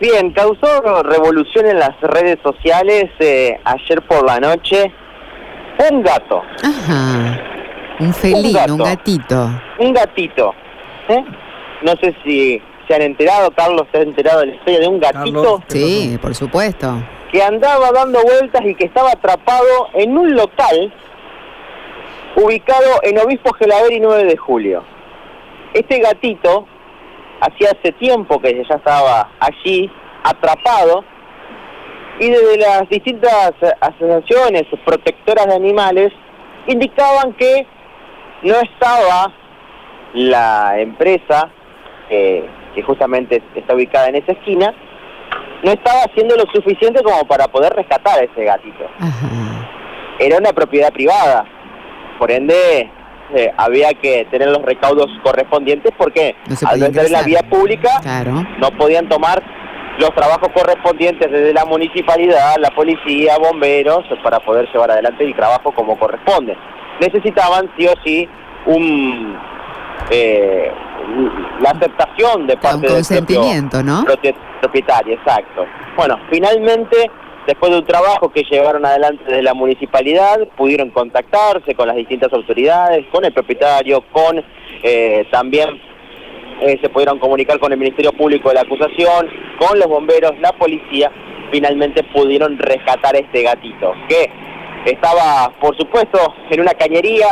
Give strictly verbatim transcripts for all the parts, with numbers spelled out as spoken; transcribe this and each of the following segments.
Bien, causó revolución en las redes sociales eh, ayer por la noche un gato. Ajá, un felino, un, gato, un gatito. Un gatito. ¿eh? No sé si se han enterado, Carlos, ¿se ha enterado de la historia de un gatito? Carlos, sí, por supuesto. Que andaba dando vueltas y que estaba atrapado en un local ubicado en Obispo Gelabert y nueve de julio. Este gatito hacía hace tiempo que ya estaba allí atrapado y desde las distintas asociaciones protectoras de animales indicaban que no estaba la empresa eh, que justamente está ubicada en esa esquina, no estaba haciendo lo suficiente como para poder rescatar a ese gatito. Ajá. Era una propiedad privada, por ende eh, había que tener los recaudos correspondientes porque no al no estar en la vía pública, claro, no podían tomar los trabajos correspondientes desde la municipalidad, la policía, bomberos, para poder llevar adelante el trabajo como corresponde. Necesitaban sí o sí un eh, la aceptación de parte un consentimiento, del ¿no? propietario, exacto. Bueno, finalmente, después de un trabajo que llevaron adelante desde la municipalidad, pudieron contactarse con las distintas autoridades, con el propietario, con eh, también eh, se pudieron comunicar con el Ministerio Público de la acusación, con los bomberos, la policía. Finalmente pudieron rescatar a este gatito, que estaba, por supuesto, en una cañería,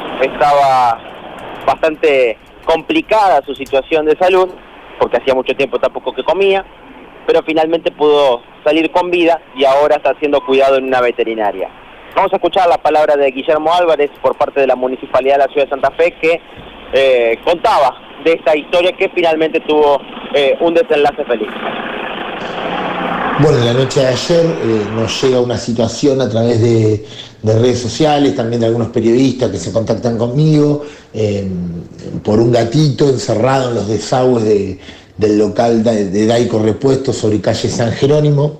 estaba bastante complicada su situación de salud, porque hacía mucho tiempo tampoco que comía, pero finalmente pudo salir con vida y ahora está siendo cuidado en una veterinaria. Vamos a escuchar la palabra de Guillermo Álvarez por parte de la Municipalidad de la Ciudad de Santa Fe, que eh, contaba de esta historia que finalmente tuvo eh, un desenlace feliz. Bueno, en la noche de ayer eh, nos llega una situación a través de, de redes sociales, también de algunos periodistas que se contactan conmigo, eh, por un gatito encerrado en los desagües de, del local de, de Daico Repuestos sobre calle San Jerónimo.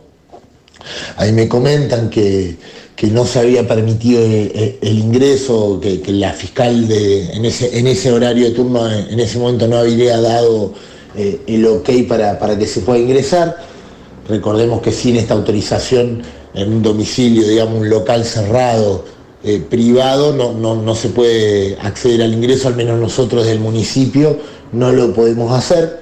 Ahí me comentan que, que no se había permitido el, el ingreso, que, que la fiscal de, en, ese, en ese horario de turno, en ese momento no había dado eh, el ok para, para que se pueda ingresar. Recordemos que sin esta autorización en un domicilio, digamos, un local cerrado, eh, privado, no, no, no se puede acceder al ingreso, al menos nosotros del municipio no lo podemos hacer.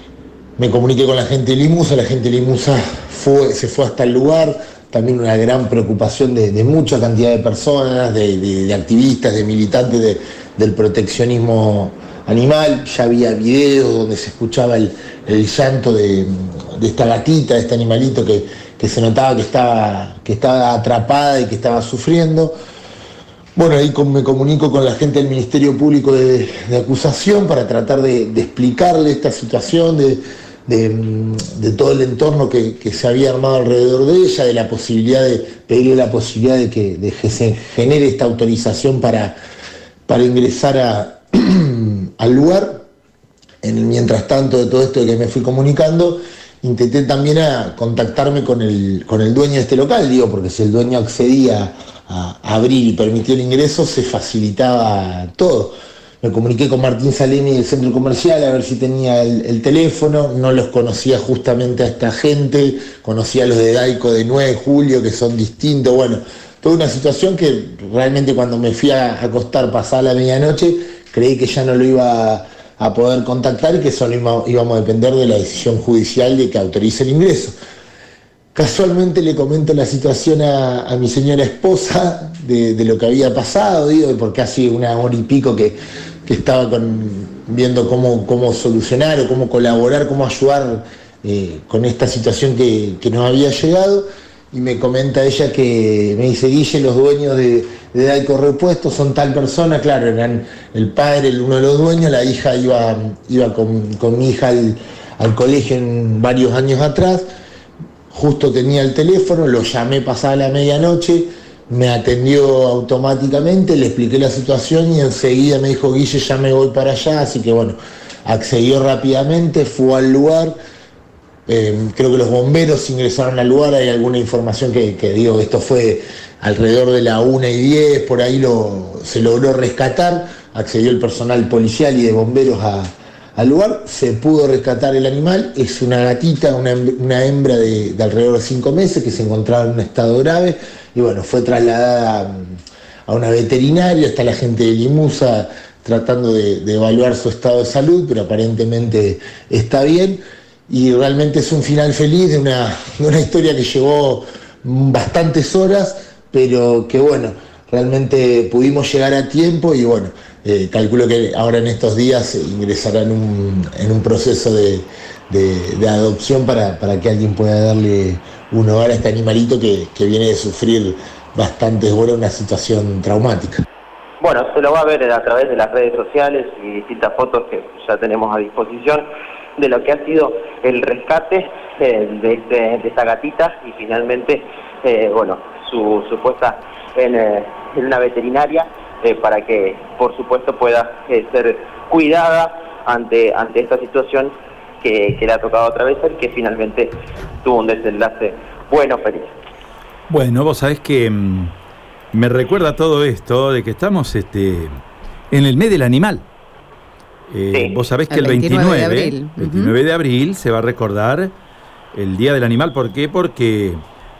Me comuniqué con la gente de Limusa, la gente de Limusa fue, se fue hasta el lugar, también una gran preocupación de, de mucha cantidad de personas, de, de, de activistas, de militantes de, del proteccionismo animal. Ya había videos donde se escuchaba el, el llanto de, de esta gatita, de este animalito que, que se notaba que estaba, que estaba atrapada y que estaba sufriendo. Bueno, ahí me comunico con la gente del Ministerio Público de, de Acusación para tratar de, de explicarle esta situación, de, de, de todo el entorno que, que se había armado alrededor de ella, de la posibilidad de pedirle la posibilidad de que, de que se genere esta autorización para, para ingresar a, al lugar. En el mientras tanto de todo esto de que me fui comunicando, intenté también a contactarme con el, con el dueño de este local, digo, porque si el dueño accedía a abrir y permitió el ingreso, se facilitaba todo. Me comuniqué con Martín Salemi del centro comercial a ver si tenía el, el teléfono, no los conocía justamente a esta gente, conocía a los de Daico de nueve de julio, que son distintos, bueno, toda una situación que realmente cuando me fui a acostar pasada la medianoche, creí que ya no lo iba a, a poder contactar y que solo iba, íbamos a depender de la decisión judicial de que autorice el ingreso. Casualmente le comento la situación a, a mi señora esposa de, de lo que había pasado, digo, porque hace una hora y pico que, que estaba con, viendo cómo, cómo solucionar o cómo colaborar, cómo ayudar eh, con esta situación que, que nos había llegado. Y me comenta ella que, me dice, Guille, los dueños de, de Daico Repuestos son tal persona, claro, eran el padre, el, uno de los dueños, la hija iba, iba con, con mi hija al, al colegio en varios años atrás. Justo tenía el teléfono, lo llamé pasada la medianoche, me atendió automáticamente, le expliqué la situación y enseguida me dijo, Guille, ya me voy para allá, así que bueno, accedió rápidamente, fue al lugar, eh, creo que los bomberos ingresaron al lugar, hay alguna información que, que digo, esto fue alrededor de la una y diez, por ahí lo, se logró rescatar, accedió el personal policial y de bomberos a, al lugar, se pudo rescatar el animal, es una gatita, una, una hembra de, de alrededor de cinco meses que se encontraba en un estado grave y bueno, fue trasladada a una veterinaria, está la gente de Limusa tratando de, de evaluar su estado de salud, pero aparentemente está bien y realmente es un final feliz de una, de una historia que llevó bastantes horas, pero que bueno, realmente pudimos llegar a tiempo y bueno, eh, calculo que ahora en estos días ingresará en un, en un proceso de, de, de adopción para, para que alguien pueda darle un hogar a este animalito que, que viene de sufrir bastante, bueno, una situación traumática. Bueno, se lo va a ver a través de las redes sociales y distintas fotos que ya tenemos a disposición de lo que ha sido el rescate eh, de, este, de esta gatita y finalmente, eh, bueno, su, su puesta en, eh, en una veterinaria eh, para que, por supuesto, pueda eh, ser cuidada ante, ante esta situación que, que le ha tocado atravesar y que finalmente tuvo un desenlace bueno, feliz. Bueno, vos sabés que mmm, me recuerda todo esto de que estamos este, en el mes del animal. Eh, sí. Vos sabés que el, el veintinueve, de abril. veintinueve uh-huh. de abril se va a recordar el Día del Animal. ¿Por qué? Porque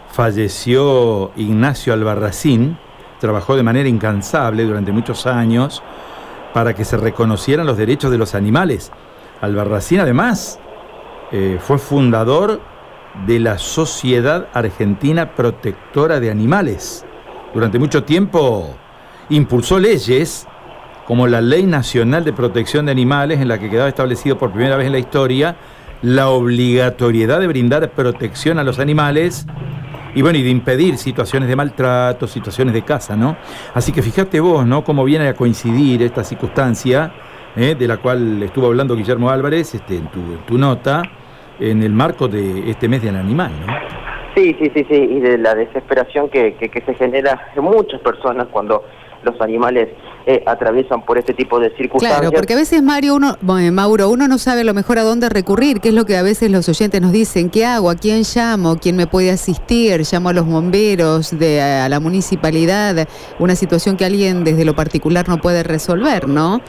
falleció Ignacio Albarracín, trabajó de manera incansable durante muchos años para que se reconocieran los derechos de los animales. Albarracín, además, eh, fue fundador de la Sociedad Argentina Protectora de Animales. Durante mucho tiempo impulsó leyes como la Ley Nacional de Protección de Animales, en la que quedaba establecido por primera vez en la historia la obligatoriedad de brindar protección a los animales y bueno, y de impedir situaciones de maltrato, situaciones de caza, ¿no? Así que fíjate vos, ¿no?, cómo viene a coincidir esta circunstancia, ¿eh?, de la cual estuvo hablando Guillermo Álvarez este, en, tu, en tu nota, en el marco de este mes del animal, ¿no? Sí, sí, sí, sí, y de la desesperación que, que, que se genera en muchas personas cuando los animales eh, atraviesan por este tipo de circunstancias. Claro, porque a veces, Mario, uno, bueno, Mauro, uno no sabe a lo mejor a dónde recurrir, que es lo que a veces los oyentes nos dicen, ¿qué hago? ¿A quién llamo? ¿Quién me puede asistir? ¿Llamo a los bomberos, de, a la municipalidad? Una situación que alguien desde lo particular no puede resolver, ¿no?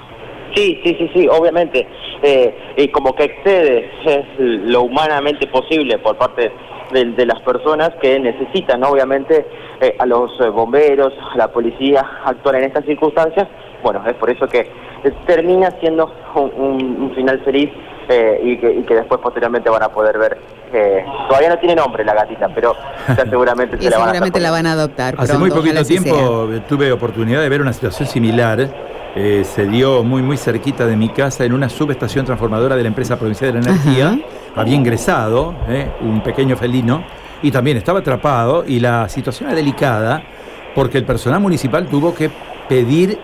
Sí, sí, sí, sí, obviamente, eh, y como que excede eh, lo humanamente posible por parte de, de las personas que necesitan, ¿no?, obviamente, eh, a los eh, bomberos, a la policía actuar en estas circunstancias. Bueno, es por eso que eh, termina siendo un, un, un final feliz eh, y, que, y que después posteriormente van a poder ver. Eh, todavía no tiene nombre la gatita, pero ya seguramente se la van a seguramente la van a adoptar. Hace pronto, muy poquito tiempo sea. tuve oportunidad de ver una situación similar. Eh, se dio muy muy cerquita de mi casa en una subestación transformadora de la empresa provincial de la energía. Ajá. Había ingresado eh, un pequeño felino y también estaba atrapado y la situación era delicada porque el personal municipal tuvo que pedir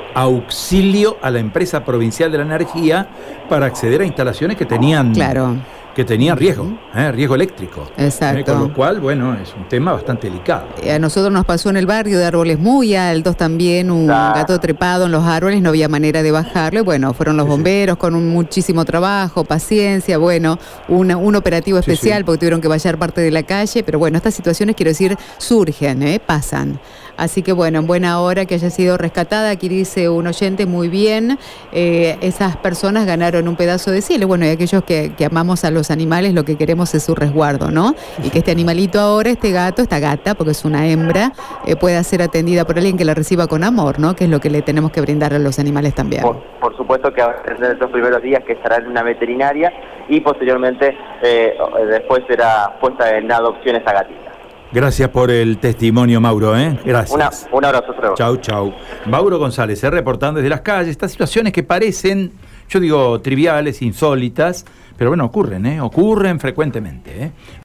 auxilio a la empresa provincial de la energía para acceder a instalaciones que tenían claro. que tenían riesgo, eh, riesgo eléctrico. Exacto. Eh, con lo cual, bueno, es un tema bastante delicado. Eh, a nosotros nos pasó en el barrio de árboles muy altos también, un ah. gato trepado en los árboles, no había manera de bajarlo. Bueno, fueron los sí, bomberos sí. con un muchísimo trabajo, paciencia, bueno, una, un operativo especial sí, sí. porque tuvieron que vallar parte de la calle, pero bueno, estas situaciones, quiero decir, surgen, ¿eh? pasan. Así que bueno, en buena hora que haya sido rescatada. Aquí dice un oyente, muy bien, eh, esas personas ganaron un pedazo de cielo. Bueno, y aquellos que, que amamos a los animales, lo que queremos es su resguardo, ¿no? Y que este animalito ahora, este gato, esta gata, porque es una hembra, eh, pueda ser atendida por alguien que la reciba con amor, ¿no? Que es lo que le tenemos que brindar a los animales también. Por, por supuesto que en estos primeros días que estará en una veterinaria y posteriormente eh, después será puesta en adopción esta gatita. Gracias por el testimonio, Mauro, ¿eh? Gracias. Una, un abrazo, Trevor. Chau, chau. Mauro González, ¿eh? reportando desde las calles estas situaciones que parecen, yo digo, triviales, insólitas, pero bueno, ocurren, ¿eh? Ocurren frecuentemente, ¿eh?